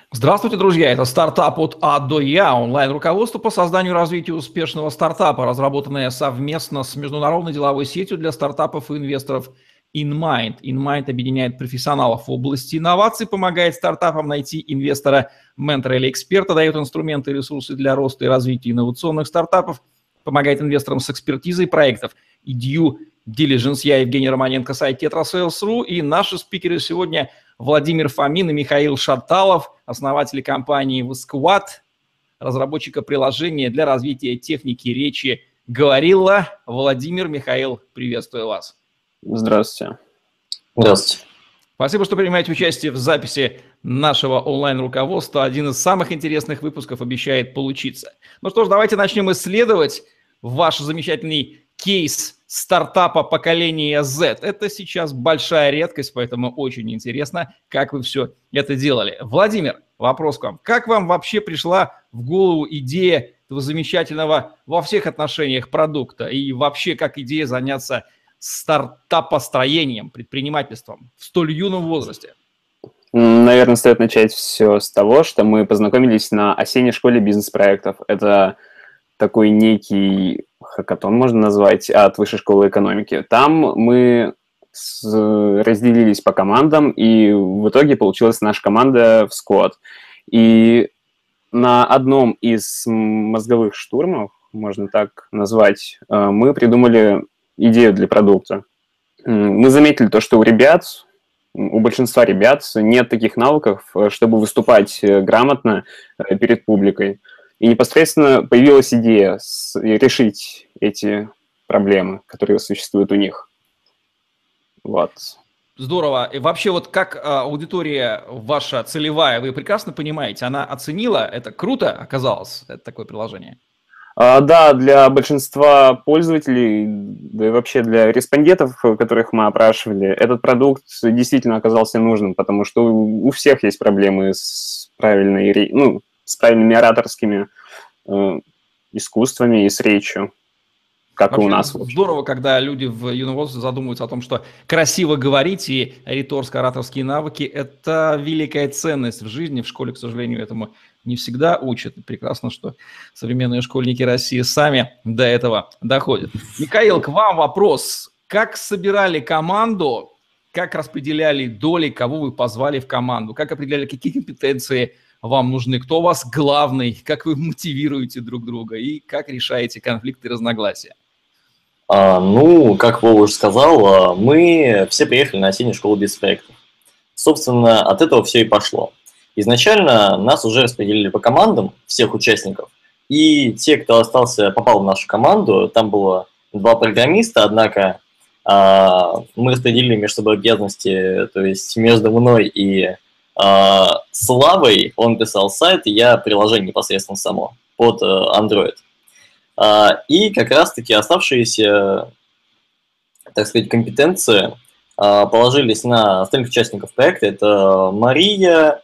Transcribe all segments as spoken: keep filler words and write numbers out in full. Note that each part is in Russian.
Здравствуйте, друзья! Это стартап от А до Я, онлайн-руководство по созданию и развитию успешного стартапа, разработанное совместно с международной деловой сетью для стартапов и инвесторов InMind. InMind объединяет профессионалов в области инноваций, помогает стартапам найти инвестора, ментора или эксперта, дает инструменты и ресурсы для роста и развития инновационных стартапов, помогает инвесторам с экспертизой проектов и due diligence. Я Евгений Романенко, сайт тетрасейлс точка ру, и наши спикеры сегодня Владимир Фомин и Михаил Шаталов, основатели компании Squad, разработчика приложения для развития техники речи Говорилла. Владимир, Михаил, приветствую вас. Здравствуйте. Здравствуйте. Спасибо, что принимаете участие в записи нашего онлайн-руководства. Один из самых интересных выпусков обещает получиться. Ну что ж, давайте начнем исследовать ваш замечательный кейс стартапа поколения Z. Это сейчас большая редкость, поэтому очень интересно, как вы все это делали. Владимир, вопрос к вам. Как вам вообще пришла в голову идея этого замечательного во всех отношениях продукта и вообще как идея заняться стартапостроением, предпринимательством в столь юном возрасте? Наверное, стоит начать все с того, что мы познакомились на осенней школе бизнес-проектов. Это такой некий хакатон, можно назвать, от Высшей школы экономики. Там мы с... разделились по командам, и в итоге получилась наша команда в Squad. И на одном из мозговых штурмов, можно так назвать, мы придумали идею для продукта. Мы заметили то, что у ребят, у большинства ребят нет таких навыков, чтобы выступать грамотно перед публикой. И непосредственно появилась идея решить эти проблемы, которые существуют у них. Вот. Здорово. И вообще, вот как аудитория ваша целевая, вы прекрасно понимаете, она оценила, это круто оказалось, это такое приложение? А, да, для большинства пользователей, да и вообще для респондентов, которых мы опрашивали, этот продукт действительно оказался нужным, потому что у, у всех есть проблемы с правильной, ну, с правильными ораторскими э, искусствами и с речью, как вообще и у нас. Здорово, когда люди в юном возрасте задумываются о том, что красиво говорить и риторско-ораторские навыки – это великая ценность в жизни. В школе, к сожалению, этому не всегда учат. И прекрасно, что современные школьники России сами до этого доходят. Михаил, к вам вопрос. Как собирали команду, как распределяли доли, кого вы позвали в команду, как определяли, какие компетенции вам нужны, кто у вас главный, как вы мотивируете друг друга и как решаете конфликты и разногласия? А, ну, как Вова уже сказал, мы все приехали на осеннюю школу бизнес-проектов. Собственно, от этого все и пошло. Изначально нас уже распределили по командам, всех участников, и те, кто остался, попал в нашу команду, там было два программиста, однако а, мы распределили между собой обязанности, то есть между мной и Uh, Славой, он писал сайт, и я приложение непосредственно само под uh, Android. Uh, и как раз-таки оставшиеся, так сказать, компетенции uh, положились на остальных участников проекта. Это Мария,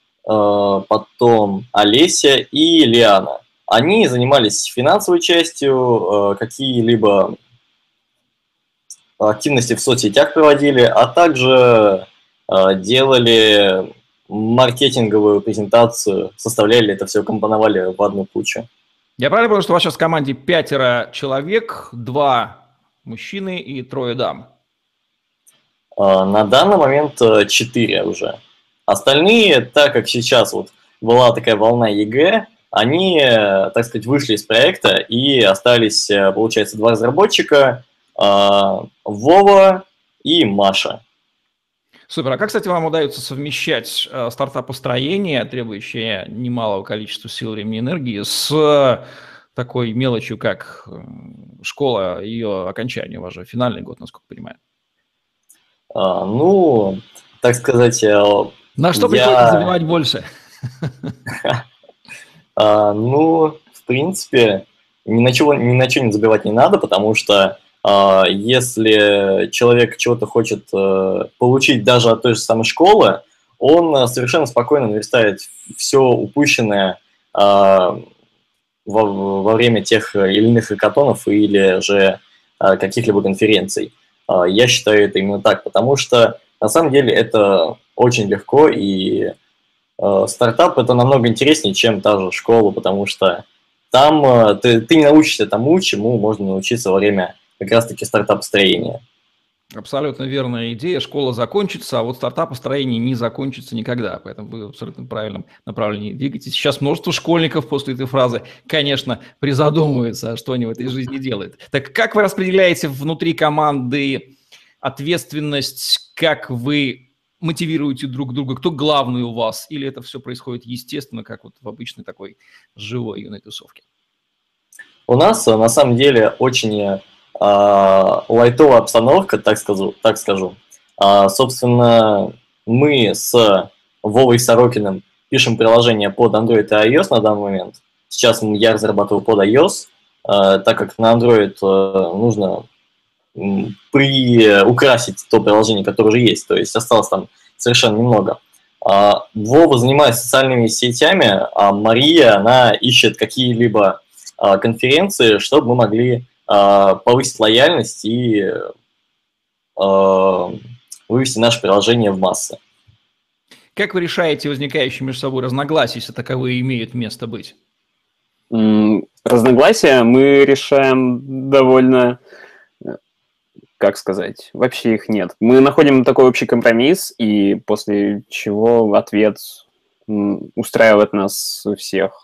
uh, потом Олеся и Лиана. Они занимались финансовой частью, uh, какие-либо активности в соцсетях проводили, а также uh, делали маркетинговую презентацию, составляли это все, компоновали в одну кучу. Я правильно понял, что у вас сейчас в команде пятеро человек, два мужчины и трое дам? На данный момент четыре уже. Остальные, так как сейчас вот была такая волна ЕГЭ, они, так сказать, вышли из проекта и остались, получается, два разработчика, Вова и Маша. Супер. А как, кстати, вам удается совмещать э, стартап-построение, требующее немалого количества сил, времени и энергии, с э, такой мелочью, как э, школа, ее окончание? У вас же финальный год, насколько я понимаю. А, ну, так сказать... На что я... приходится забивать больше? а, ну, в принципе, ни на, чего, ни на что не забивать не надо, потому что если человек чего-то хочет получить даже от той же самой школы, он совершенно спокойно наверстает все упущенное во, во время тех или иных хакатонов или же каких-либо конференций. Я считаю это именно так, потому что на самом деле это очень легко, и э, стартап это намного интереснее, чем та же школа, потому что там э, ты, ты не научишься тому, чему можно научиться во время как раз-таки стартап-строения. Абсолютно верная идея. Школа закончится, а вот стартап-построение не закончится никогда. Поэтому вы в абсолютно правильном направлении двигаетесь. Сейчас множество школьников после этой фразы, конечно, призадумываются, что они в этой жизни делают. Так как вы распределяете внутри команды ответственность, как вы мотивируете друг друга, кто главный у вас, или это все происходит естественно, как вот в обычной такой живой юной тусовке? У нас на самом деле очень Uh, лайтовая обстановка, так скажу. Так скажу. Uh, собственно, мы с Вовой Сорокиным пишем приложение под Android и iOS на данный момент. Сейчас я разрабатываю под iOS, uh, так как на Android uh, нужно um, приукрасить то приложение, которое уже есть, то есть осталось там совершенно немного. Uh, Вова занимается социальными сетями, а Мария, она ищет какие-либо uh, конференции, чтобы мы могли повысить лояльность и э, вывести наше приложение в массы. Как вы решаете возникающие между собой разногласия, если таковые имеют место быть? Разногласия мы решаем довольно, как сказать, вообще их нет. Мы находим такой общий компромисс, и после чего ответ устраивает нас всех.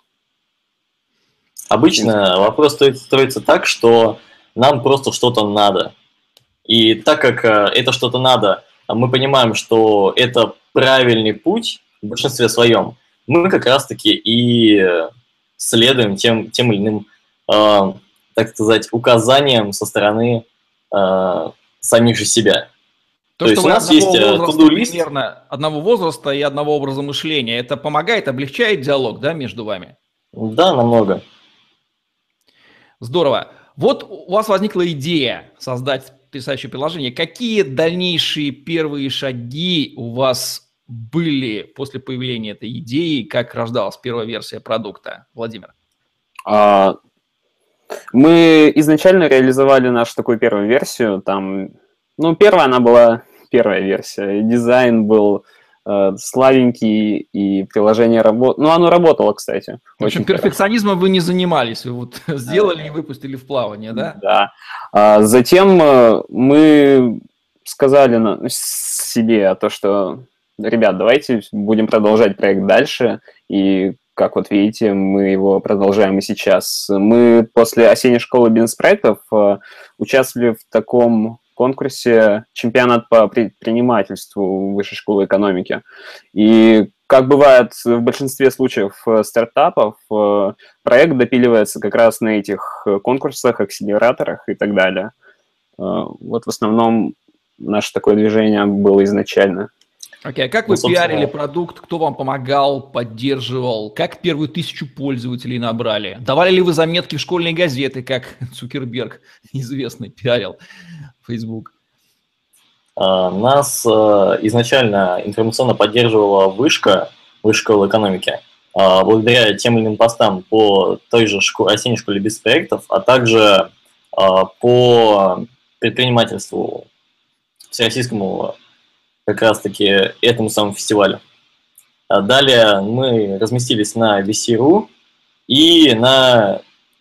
Обычно вопрос строится так, что нам просто что-то надо. И так как это что-то надо, мы понимаем, что это правильный путь в большинстве своем, мы как раз-таки и следуем тем, тем или иным, э, так сказать, указаниям со стороны э, самих же себя. То, То что есть у нас есть to-do-лист примерно одного возраста и одного образа мышления, это помогает, облегчает диалог, да, между вами? Да, намного. Здорово. Вот у вас возникла идея создать потрясающее приложение. Какие дальнейшие первые шаги у вас были после появления этой идеи? Как рождалась первая версия продукта, Владимир? А, мы изначально реализовали нашу такую первую версию. Там, ну, первая она была первая версия. Дизайн был э, слабенький, и приложение работало. Ну, оно работало, кстати. В общем, перфекционизмом вы не занимались. Вы вот сделали и выпустили в плавание, да? Да. А затем мы сказали на, себе то, что, ребят, давайте будем продолжать проект дальше. И, как вот видите, мы его продолжаем и сейчас. Мы после осенней школы бизнес-проектов участвовали в таком конкурсе «Чемпионат по предпринимательству Высшей школы экономики». И, как бывает в большинстве случаев стартапов, проект допиливается как раз на этих конкурсах, акселераторах и так далее. Вот в основном наше такое движение было изначально. Окей, okay. А как вы ну, пиарили продукт? Кто вам помогал, поддерживал? Как первую тысячу пользователей набрали? Давали ли вы заметки в школьные газеты, как Цукерберг известный пиарил Facebook? Нас изначально информационно поддерживала Вышка, Высшая школа экономики, благодаря тем или иным постам по той же школе, осенней школе бизнес-проектов, а также по предпринимательству всероссийскому, как раз-таки этому самому фестивалю. Далее мы разместились на ви си точка ру и на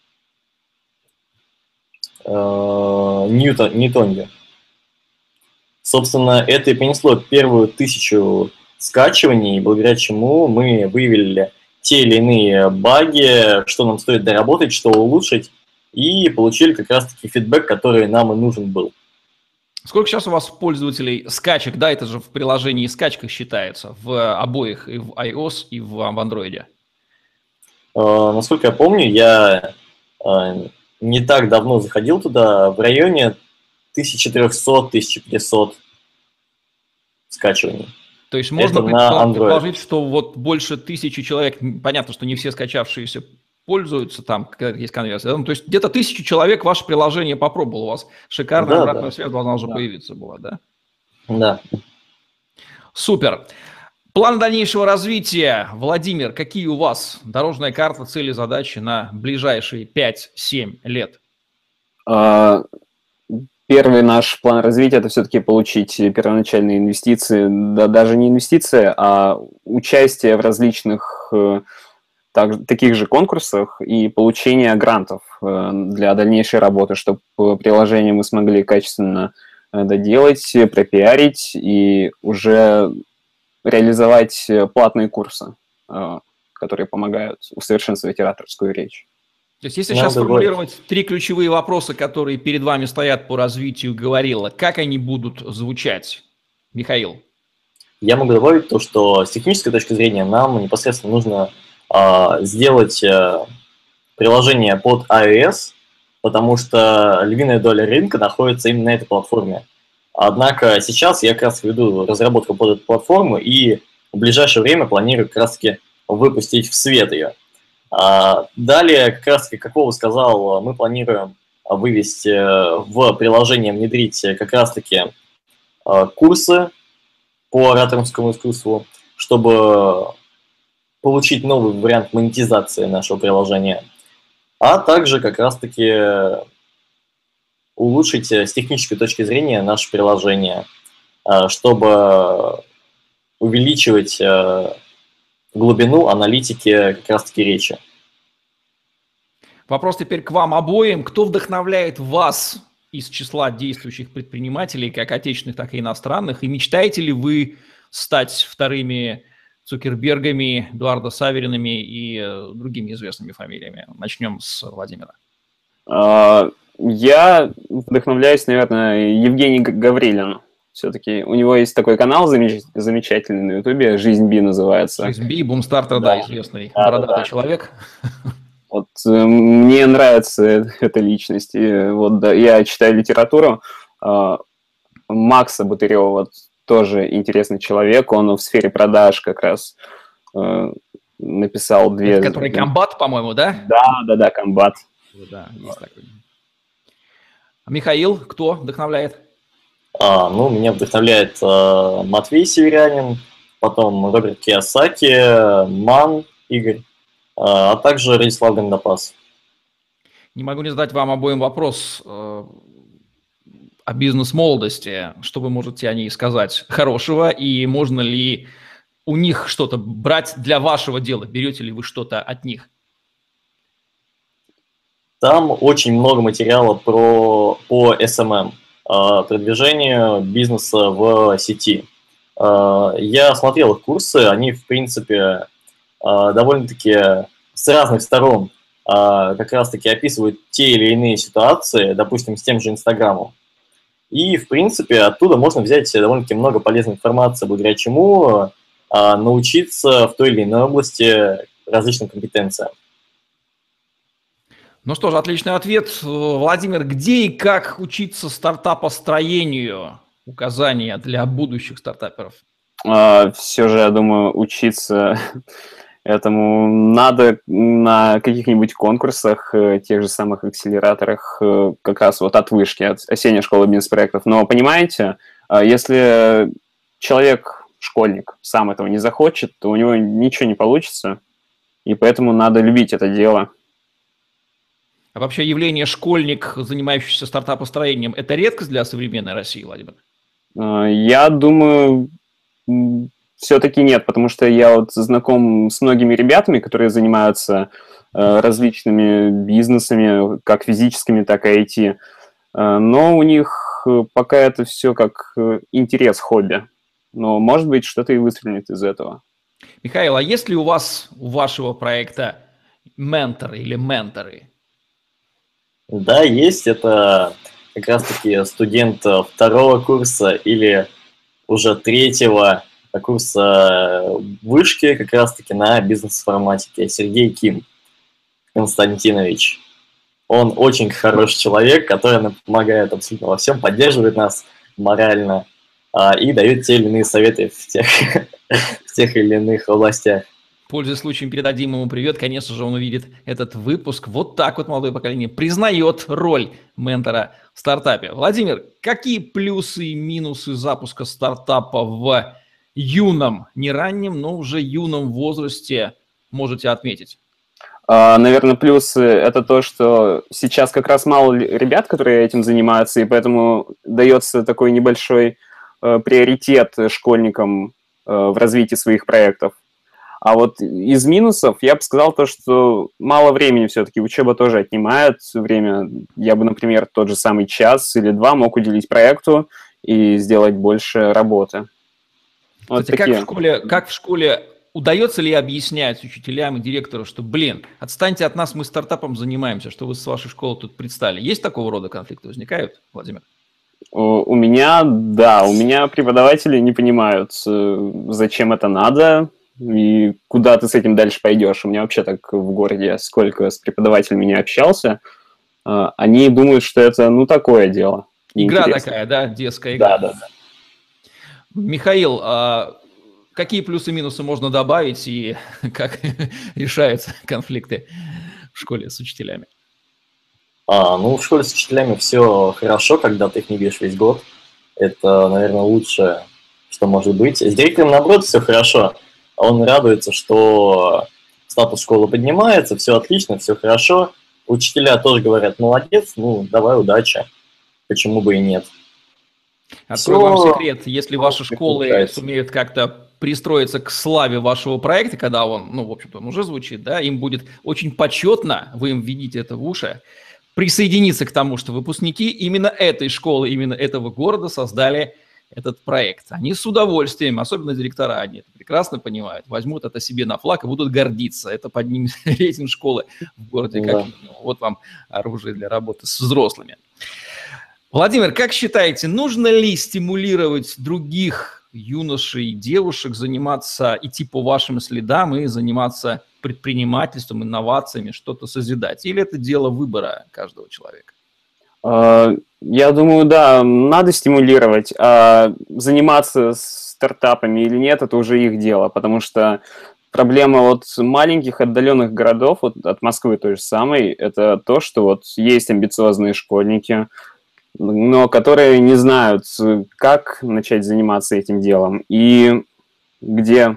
э, Ньютон, Ньютонге. Собственно, это и принесло первую тысячу скачиваний, благодаря чему мы выявили те или иные баги, что нам стоит доработать, что улучшить, и получили как раз-таки фидбэк, который нам и нужен был. Сколько сейчас у вас пользователей скачек? Да, это же в приложении скачка считается, в обоих, и в iOS, и в, в Android. Э, насколько я помню, я э, не так давно заходил туда, в районе тысяча триста — тысяча пятьсот скачиваний. То есть можно предположить, что вот больше тысячи человек, понятно, что не все скачавшиеся пользуются там, когда есть конверсия. Ну, то есть где-то тысячу человек ваше приложение попробовало. У вас шикарная да, обратная да. связь должна уже да. появиться была, да? Да. Супер. План дальнейшего развития. Владимир, какие у вас дорожная карта, цели, задачи на ближайшие пять-семь лет? А, Первый наш план развития – это все-таки получить первоначальные инвестиции, да, даже не инвестиции, а участие в различных э, так, таких же конкурсах и получение грантов э, для дальнейшей работы, чтобы приложение мы смогли качественно э, доделать, пропиарить и уже реализовать платные курсы, э, которые помогают усовершенствовать ораторскую речь. То есть если сейчас сформулировать три ключевые вопроса, которые перед вами стоят по развитию говорила, как они будут звучать? Михаил. Я могу добавить то, что с технической точки зрения нам непосредственно нужно э, сделать э, приложение под iOS, потому что львиная доля рынка находится именно на этой платформе. Однако сейчас я как раз веду разработку под эту платформу и в ближайшее время планирую как раз-таки выпустить в свет ее. Далее, как раз, как Вова сказал, мы планируем вывести в приложение, внедрить как раз-таки курсы по ораторскому искусству, чтобы получить новый вариант монетизации нашего приложения, а также как раз-таки улучшить с технической точки зрения наше приложение, чтобы увеличивать глубину аналитики как раз-таки речи. Вопрос теперь к вам обоим. Кто вдохновляет вас из числа действующих предпринимателей, как отечественных, так и иностранных? И мечтаете ли вы стать вторыми Цукербергами, Эдуардо Саверинами и другими известными фамилиями? Начнем с Владимира. Я вдохновляюсь, наверное, Евгений Гаврилин. Все-таки у него есть такой канал замеч- замечательный на Ютубе, «Жизнь Би» называется. «Жизнь Би», Бумстартер, да, да, известный да, бородатый да. человек. Вот мне нравится эта личность. И, вот, да, я читаю литературу. Макса Бутырева, вот, тоже интересный человек. Он в сфере продаж как раз написал две... Это который комбат, по-моему, да? Да, да, да, комбат. Да, есть такой. Михаил, кто вдохновляет? А, ну, меня вдохновляет э, Матвей Северянин, потом Роберт Кийосаки, Ман Игорь, э, а также Радислав Гандапас. Не могу не задать вам обоим вопрос э, о бизнес-молодости. Что вы можете о ней сказать хорошего, и можно ли у них что-то брать для вашего дела? Берете ли вы что-то от них? Там очень много материала про, по эс эм эм. Продвижению бизнеса в сети. Я смотрел их курсы, они, в принципе, довольно-таки с разных сторон как раз-таки описывают те или иные ситуации, допустим, с тем же Инстаграмом. И, в принципе, оттуда можно взять довольно-таки много полезной информации, благодаря чему научиться в той или иной области различным компетенциям. Ну что ж, отличный ответ. Владимир, где и как учиться стартапостроению? Указания для будущих стартаперов. А, все же, я думаю, учиться этому надо на каких-нибудь конкурсах, тех же самых акселераторах, как раз вот от вышки, от осенней школы бизнес-проектов. Но понимаете, если человек, школьник, сам этого не захочет, то у него ничего не получится, и поэтому надо любить это дело. А вообще явление школьник, занимающийся стартапостроением, это редкость для современной России, Владимир? Я думаю, все-таки нет, потому что я вот знаком с многими ребятами, которые занимаются различными бизнесами, как физическими, так и ай ти. Но у них пока это все как интерес, хобби. Но, может быть, что-то и выстрелит из этого. Михаил, а есть ли у вас, у вашего проекта менторы или менторы? Да, есть. Это как раз-таки студент второго курса или уже третьего курса вышки как раз-таки на бизнес-информатике. Сергей Ким Константинович. Он очень хороший человек, который нам помогает абсолютно во всем, поддерживает нас морально и дает те или иные советы в тех, в тех или иных областях. Пользуясь случаем, передадим ему привет. Конечно же, он увидит этот выпуск. Вот так вот молодое поколение признает роль ментора в стартапе. Владимир, какие плюсы и минусы запуска стартапа в юном, не раннем, но уже юном возрасте можете отметить? Наверное, плюс это то, что сейчас как раз мало ребят, которые этим занимаются, и поэтому дается такой небольшой приоритет школьникам в развитии своих проектов. А вот из минусов я бы сказал то, что мало времени все-таки. Учеба тоже отнимает время. Я бы, например, тот же самый час или два мог уделить проекту и сделать больше работы. Вот Кстати, как в школе, как в школе удается ли объяснять учителям и директору, что, блин, отстаньте от нас, мы стартапом занимаемся, что вы с вашей школы тут предстали? Есть такого рода конфликты возникают, Владимир? У меня, да, у меня преподаватели не понимают, зачем это надо и куда ты с этим дальше пойдешь. У меня вообще так в городе, сколько с преподавателями не общался, они думают, что это, ну, такое дело. Игра такая, да, детская игра. Да, да, да. Михаил, а какие плюсы и минусы можно добавить и как решаются конфликты в школе с учителями? А, ну, в школе с учителями все хорошо, когда ты их не видишь весь год. Это, наверное, лучшее, что может быть. С директором, наоборот, все хорошо. Он радуется, что статус школы поднимается, все отлично, все хорошо. Учителя тоже говорят, молодец, ну, давай, удачи. Почему бы и нет. Открою вам секрет, если ваши школы сумеют как-то пристроиться к славе вашего проекта, когда он, ну, в общем-то, он уже звучит, да, им будет очень почетно, вы им введите это в уши, присоединиться к тому, что выпускники именно этой школы, именно этого города создали этот проект. Они с удовольствием, особенно директора, они это прекрасно понимают, возьмут это себе на флаг и будут гордиться. Это поднимет рейтинг школы в городе как минимум. Вот вам оружие для работы с взрослыми. Владимир, как считаете, нужно ли стимулировать других юношей и девушек заниматься, идти по вашим следам и заниматься предпринимательством, инновациями, что-то созидать? Или это дело выбора каждого человека? Я думаю, да, надо стимулировать. А заниматься стартапами или нет, это уже их дело, потому что проблема вот маленьких отдаленных городов, вот от Москвы той же самой, это то, что вот есть амбициозные школьники, но которые не знают, как начать заниматься этим делом и где,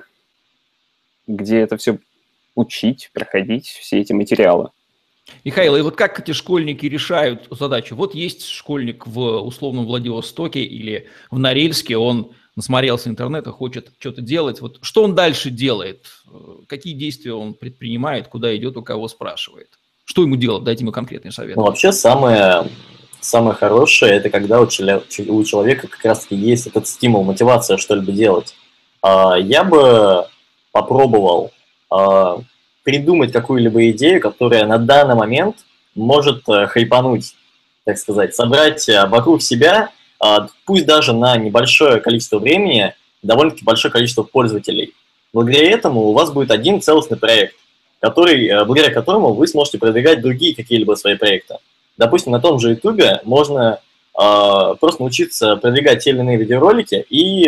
где это все учить, проходить, все эти материалы. Михаил, и вот как эти школьники решают задачу? Вот есть школьник в условном Владивостоке или в Норильске, он насмотрелся интернета, хочет что-то делать. Вот что он дальше делает? Какие действия он предпринимает, куда идет, у кого спрашивает? Что ему делать? Дайте ему конкретный совет. Ну, вообще самое, самое хорошее, это когда у человека как раз-таки есть этот стимул, мотивация что-либо делать. Я бы попробовал придумать какую-либо идею, которая на данный момент может хайпануть, так сказать, собрать вокруг себя, пусть даже на небольшое количество времени, довольно-таки большое количество пользователей. Благодаря этому у вас будет один целостный проект, который, благодаря которому вы сможете продвигать другие какие-либо свои проекты. Допустим, на том же YouTube можно просто научиться продвигать те или иные видеоролики, и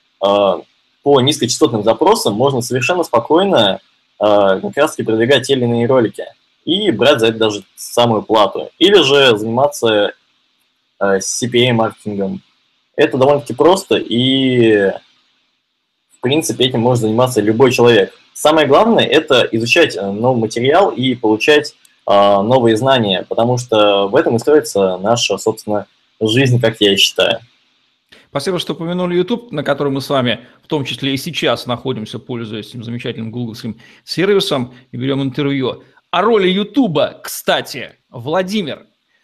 по низкочастотным запросам можно совершенно спокойно как раз-таки продвигать те или иные ролики и брать за это даже самую плату. Или же заниматься си пи эй-маркетингом. Это довольно-таки просто, и в принципе этим может заниматься любой человек. Самое главное – это изучать новый материал и получать новые знания, потому что в этом и строится наша, собственно, жизнь, как я и считаю. Спасибо, что упомянули YouTube, на котором мы с вами, в том числе и сейчас, находимся, пользуясь этим замечательным гугловским сервисом, и берем интервью. О роли YouTube, кстати, Владимир,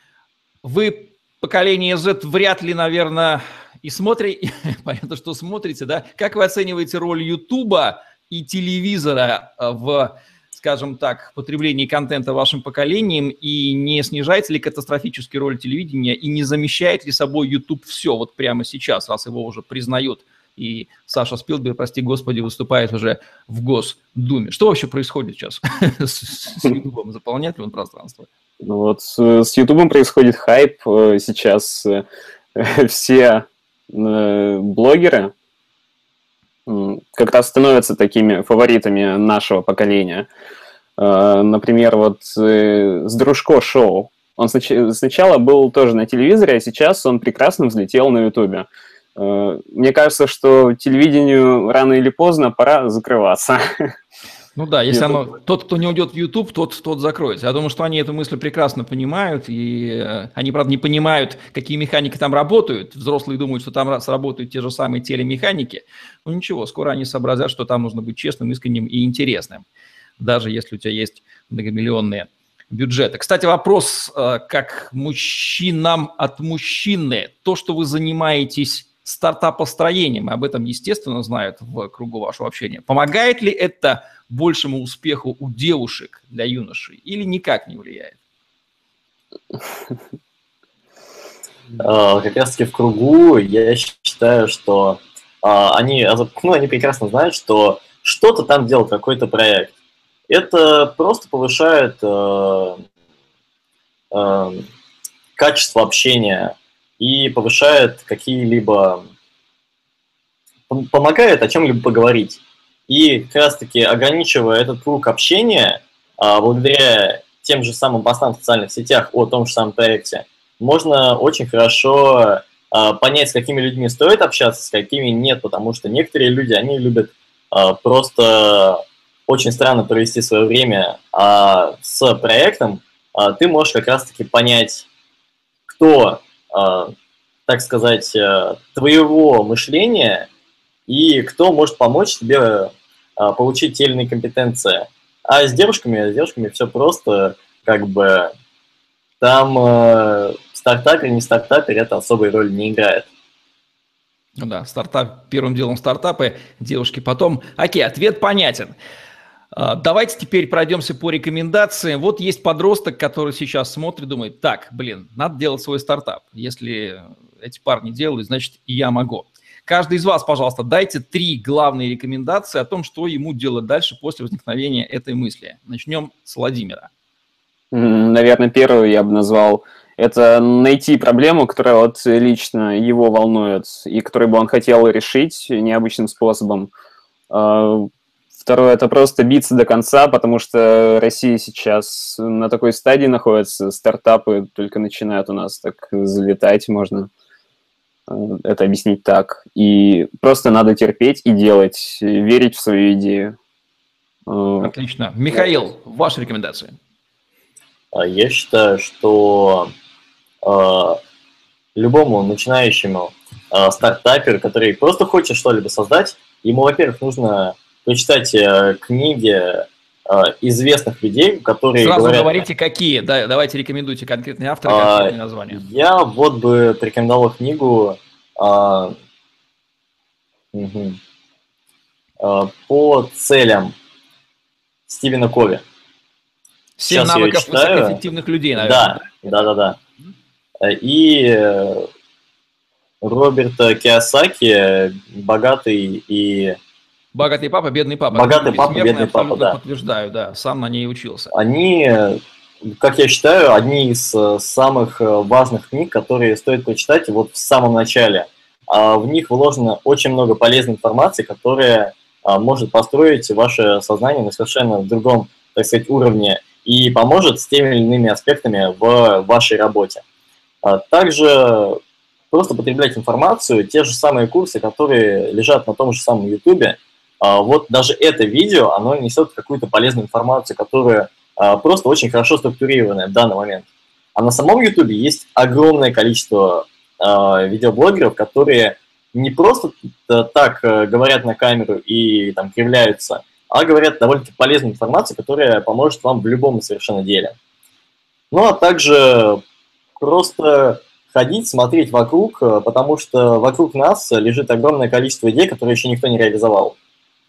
вы поколение Z вряд ли, наверное, и смотрите, понятно, что смотрите, да? Как вы оцениваете роль YouTube и телевизора в, скажем так, потреблении контента вашим поколением, и не снижается ли катастрофически роль телевидения, и не замещает ли собой YouTube все вот прямо сейчас, раз его уже признают, и Саша Спилберг, прости господи, выступает уже в Госдуме? Что вообще происходит сейчас с YouTube? Заполняет ли он пространство? Вот с YouTube происходит хайп. Сейчас все блогеры как раз становятся такими фаворитами нашего поколения. Например, вот с Дружко шоу. Он снач- сначала был тоже на телевизоре, а сейчас он прекрасно взлетел на Ютубе. Мне кажется, что телевидению рано или поздно пора закрываться. Ну да, если YouTube. оно, тот, кто не уйдет в YouTube, тот, тот закроется. Я думаю, что они эту мысль прекрасно понимают, и э, они, правда, не понимают, какие механики там работают. Взрослые думают, что там сработают те же самые телемеханики. Ну ничего, скоро они сообразят, что там нужно быть честным, искренним и интересным, даже если у тебя есть многомиллионные бюджеты. Кстати, вопрос э, как мужчинам от мужчины. То, что вы занимаетесь стартапостроением, об этом, естественно, знают в кругу вашего общения. Помогает ли это большему успеху у девушек для юношей или никак не влияет? Как раз-таки в кругу я считаю, что они, ну, они прекрасно знают, что что-то там делать, какой-то проект. Это просто повышает э, э, качество общения и повышает какие-либо... помогает о чем-либо поговорить. И как раз-таки ограничивая этот круг общения, а, благодаря тем же самым постам в социальных сетях о том же самом проекте, можно очень хорошо а, понять, с какими людьми стоит общаться, с какими нет, потому что некоторые люди, они любят а, просто очень странно провести свое время, а с проектом а, ты можешь как раз-таки понять, кто, а, так сказать, твоего мышления и кто может помочь тебе а, получить те или иные компетенции. А с девушками, с девушками все просто, как бы, там э, стартапер, не стартапер, это особой роли не играет. Ну да, стартап, первым делом стартапы, девушки потом. Окей, ответ понятен. Давайте теперь пройдемся по рекомендациям. Вот есть подросток, который сейчас смотрит, думает, так, блин, надо делать свой стартап. Если эти парни делают, значит, и я могу. Каждый из вас, пожалуйста, дайте три главные рекомендации о том, что ему делать дальше после возникновения этой мысли. Начнем с Владимира. Наверное, первую я бы назвал – это найти проблему, которая вот лично его волнует и которую бы он хотел решить необычным способом. Второе – это просто биться до конца, потому что Россия сейчас на такой стадии находится, стартапы только начинают у нас так залетать, можно это объяснить так. И просто надо терпеть и делать, верить в свою идею. Отлично. Михаил, ваши рекомендации? Я считаю, что э, любому начинающему э, стартаперу, который просто хочет что-либо создать, ему, во-первых, нужно прочитать э, книги э, известных людей, которые Сразу говорят... говорите, какие. Да, давайте рекомендуйте конкретные авторы, конкретные э, названия. Я вот бы порекомендовал книгу э, угу, э, по целям Стивена Кови. Семь Сейчас навыков я читаю. Высокоэффективных людей, наверное. Да, да, да, да. И Роберта Кийосаки «Богатый и...» «Богатый папа, бедный папа». «Богатый папа, бедный папа», абсолютно да. Подтверждаю, да, сам на ней учился. Они, как я считаю, одни из самых важных книг, которые стоит прочитать вот в самом начале. В них вложено очень много полезной информации, которая может построить ваше сознание на совершенно другом, так сказать, уровне и поможет с теми или иными аспектами в вашей работе. Также просто потреблять информацию, те же самые курсы, которые лежат на том же самом YouTube, вот даже это видео, оно несет какую-то полезную информацию, которая просто очень хорошо структурированная в данный момент. А на самом YouTube есть огромное количество видеоблогеров, которые не просто так говорят на камеру и там кривляются, а говорят довольно-таки полезную информацию, которая поможет вам в любом совершенно деле. Ну, а также просто ходить, смотреть вокруг, потому что вокруг нас лежит огромное количество идей, которые еще никто не реализовал.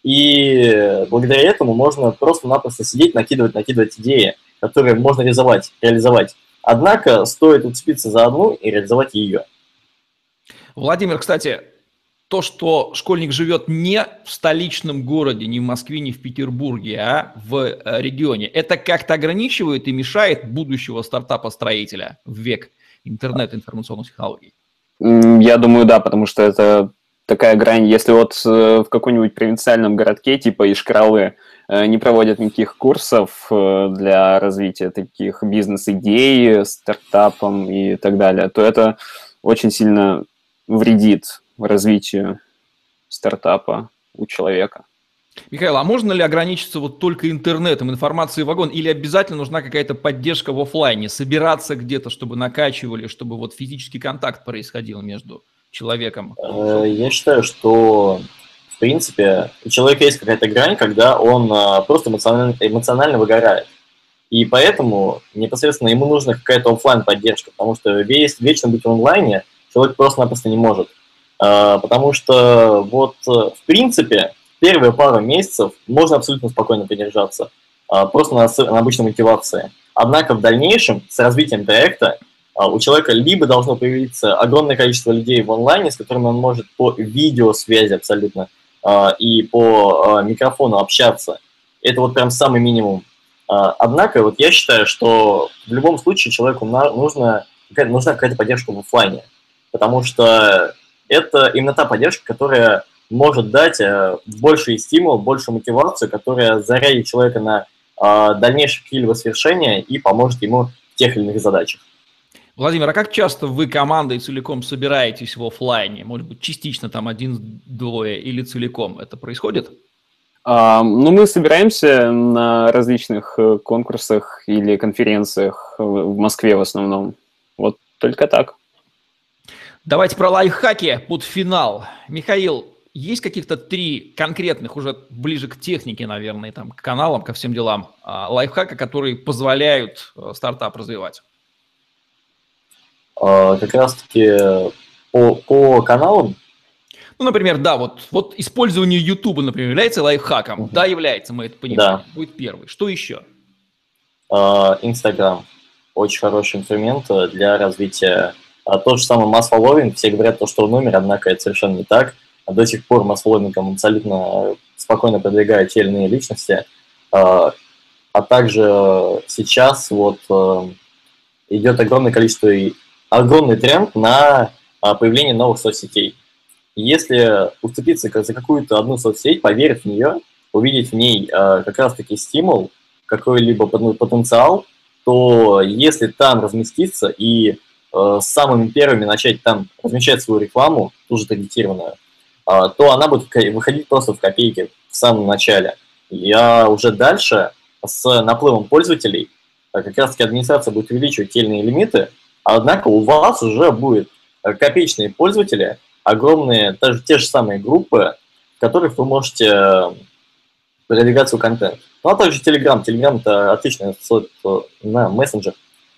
И благодаря этому можно просто-напросто сидеть, накидывать, накидывать идеи, которые можно реализовать, реализовать. Однако стоит уцепиться за одну и реализовать ее. Владимир, кстати, то, что школьник живет не в столичном городе, не в Москве, не в Петербурге, а в регионе, это как-то ограничивает и мешает будущего стартапа-строителя в век интернет-информационных технологий? Я думаю, да, потому что это такая грань. Если вот в каком-нибудь провинциальном городке типа Ишкралы не проводят никаких курсов для развития таких бизнес-идей, стартапом и так далее, то это очень сильно вредит развитию стартапа у человека. Михаил, а можно ли ограничиться вот только интернетом, информацией в вагон, или обязательно нужна какая-то поддержка в офлайне, собираться где-то, чтобы накачивали, чтобы вот физический контакт происходил между человеком? Э, Я считаю, что, в принципе, у человека есть какая-то грань, когда он а, просто эмоционально, эмоционально выгорает. И поэтому непосредственно ему нужна какая-то оффлайн поддержка, потому что весь, вечно быть в онлайне человек просто-напросто не может. А, Потому что вот э, в принципе первые пару месяцев можно абсолютно спокойно продержаться, а, просто на, с- на обычной мотивации. Однако в дальнейшем с развитием проекта а, у человека либо должно появиться огромное количество людей в онлайне, с которыми он может по видеосвязи абсолютно а, и по а, микрофону общаться. Это вот прям самый минимум. А, Однако вот я считаю, что в любом случае человеку на- нужно, какая- нужна какая-то поддержка в оффлайне, потому что это именно та поддержка, которая может дать э, больший стимул, большую мотивацию, которая зарядит человека на а, дальнейшие какие-либо свершения и поможет ему в тех или иных задачах. Владимир, а как часто вы командой целиком собираетесь в офлайне? Может быть, частично там один-двое или целиком это происходит? А, ну, мы собираемся на различных э, конкурсах или конференциях в в Москве в основном. Вот только так. Давайте про лайфхаки под финал. Михаил, есть каких-то три конкретных, уже ближе к технике, наверное, там, к каналам, ко всем делам, а, лайфхака, которые позволяют э, стартап развивать? А, Как раз-таки по, по каналам. Ну, например, да, вот, вот использование YouTube, например, является лайфхаком? Мгм. Да, является, мы это понимаем. Будет первый. Что еще? А, Инстаграм очень хороший инструмент э, для развития. А Тот же самый масс-фолловинг, все говорят, то, что он умер, однако это совершенно не так. А До сих пор масс-фолловингом абсолютно э, спокойно продвигают те или иные личности. А а также э, сейчас вот э, идет огромное количество, и огромный тренд на а, появление новых соцсетей. Если уцепиться за какую-то одну соцсеть, поверить в нее, увидеть в ней э, как раз-таки стимул, какой-либо пот- потенциал, то если там разместиться и э, самыми первыми начать там размещать свою рекламу, ту же таргетированную, а, то она будет ка- выходить просто в копейки в самом начале. Я уже дальше с наплывом пользователей а, как раз-таки администрация будет увеличивать те или иные лимиты, однако у вас уже будут э, копеечные пользователи, огромные, даже те же самые группы, в которых вы можете э, продвигать свой контент. Ну, а также Telegram. Telegram – это отличный соц- на мессенджер,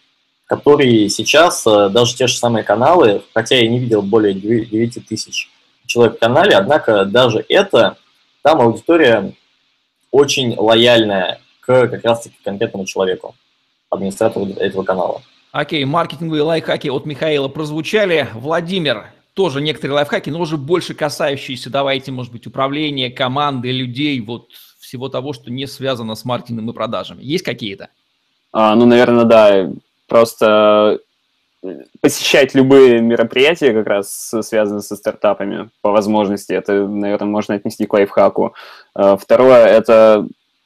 который сейчас, э, даже те же самые каналы, хотя я не видел более девяти тысяч человек в канале, однако даже это, там аудитория очень лояльная к как раз-таки конкретному человеку, администратору этого канала. Окей, маркетинговые лайфхаки от Михаила прозвучали. Владимир, тоже некоторые лайфхаки, но уже больше касающиеся, давайте, может быть, управления, команды, людей, вот всего того, что не связано с маркетингом и продажами. Есть какие-то? А, ну, наверное, да. Просто посещать любые мероприятия, как раз связанные со стартапами, по возможности. Это, наверное, можно отнести к лайфхаку. А, Второе – это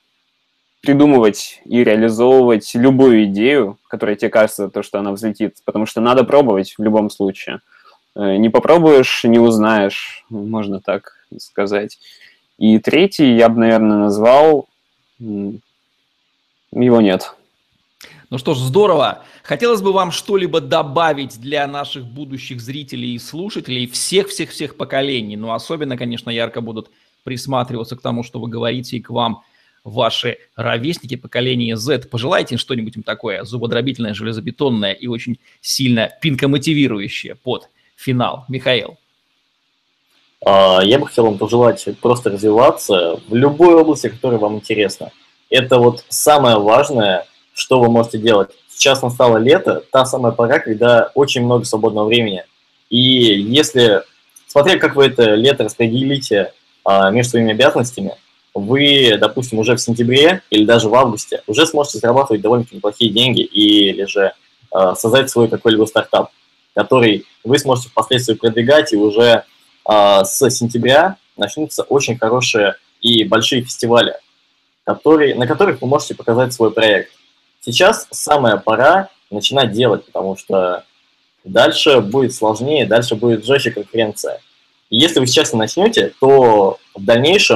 придумывать и реализовывать любую идею, которая тебе кажется, то, что она взлетит, потому что надо пробовать в любом случае. Э, Не попробуешь, не узнаешь, можно так сказать. И третий я бы, наверное, назвал... м, Его нет. Ну что ж, здорово. Хотелось бы вам что-либо добавить для наших будущих зрителей и слушателей всех-всех-всех поколений. Но особенно, конечно, ярко будут присматриваться к тому, что вы говорите, и к вам ваши ровесники поколения Z. Пожелайте что-нибудь им такое зубодробительное, железобетонное и очень сильно пинкомотивирующее под финал. Михаил. А, Я бы хотел вам пожелать просто развиваться в любой области, которая вам интересна. Это вот самое важное, что вы можете делать. Сейчас настало лето, та самая пора, когда очень много свободного времени. И если, смотря как вы это лето распределите а, между своими обязанностями, вы, допустим, уже в сентябре или даже в августе уже сможете зарабатывать довольно-таки неплохие деньги или же а, создать свой какой-либо стартап, который вы сможете впоследствии продвигать и уже а, с сентября начнутся очень хорошие и большие фестивали, которые, на которых вы можете показать свой проект. Сейчас самая пора начинать делать, потому что дальше будет сложнее, дальше будет жестче конкуренция. И если вы сейчас не начнете, то в дальнейшем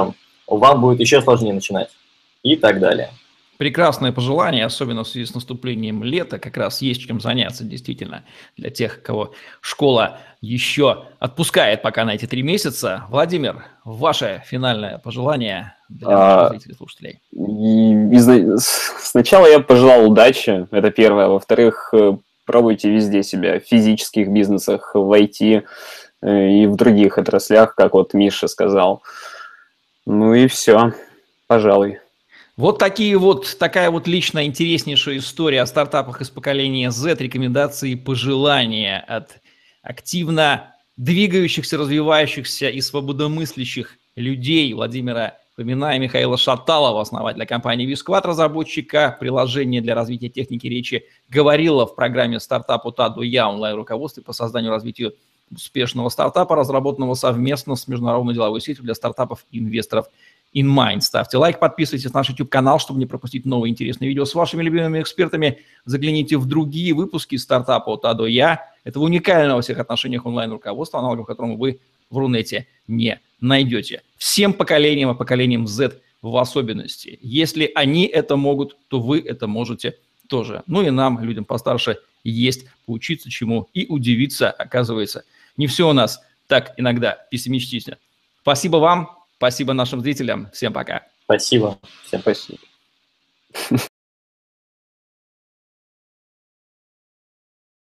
вам будет еще сложнее начинать и так далее. Прекрасное пожелание, особенно в связи с наступлением лета, как раз есть чем заняться действительно для тех, кого школа еще отпускает пока на эти три месяца. Владимир, ваше финальное пожелание для наших А, зрителей и слушателей. и- и зна- с- сначала я пожелал удачи, это первое. Во-вторых, э, пробуйте везде себя, в физических бизнесах, в ай ти э, и в других отраслях, как вот Миша сказал. Ну и все, пожалуй. Вот такие вот, такая вот лично интереснейшая история о стартапах из поколения Z, рекомендации и пожелания от активно двигающихся, развивающихся и свободомыслящих людей Владимира Фомина и Михаила Шаталова, основателя компании Visquad, разработчика приложения для развития техники речи Говорила в программе «Стартап от А до Я» онлайн-руководстве по созданию и развитию успешного стартапа, разработанного совместно с международной деловой сетью для стартапов и инвесторов InMind. Ставьте лайк, подписывайтесь на наш YouTube-канал, чтобы не пропустить новые интересные видео с вашими любимыми экспертами. Загляните в другие выпуски стартапа от А до Я. Это уникального во всех отношениях онлайн-руководства, аналогов которому вы в Рунете не найдете. Всем поколениям, а поколениям Z в особенности. Если они это могут, то вы это можете тоже. Ну и нам, людям постарше, есть поучиться чему и удивиться, оказывается. Не все у нас так иногда пессимистично. Спасибо вам. Спасибо нашим зрителям. Всем пока. Спасибо. Всем Спасибо.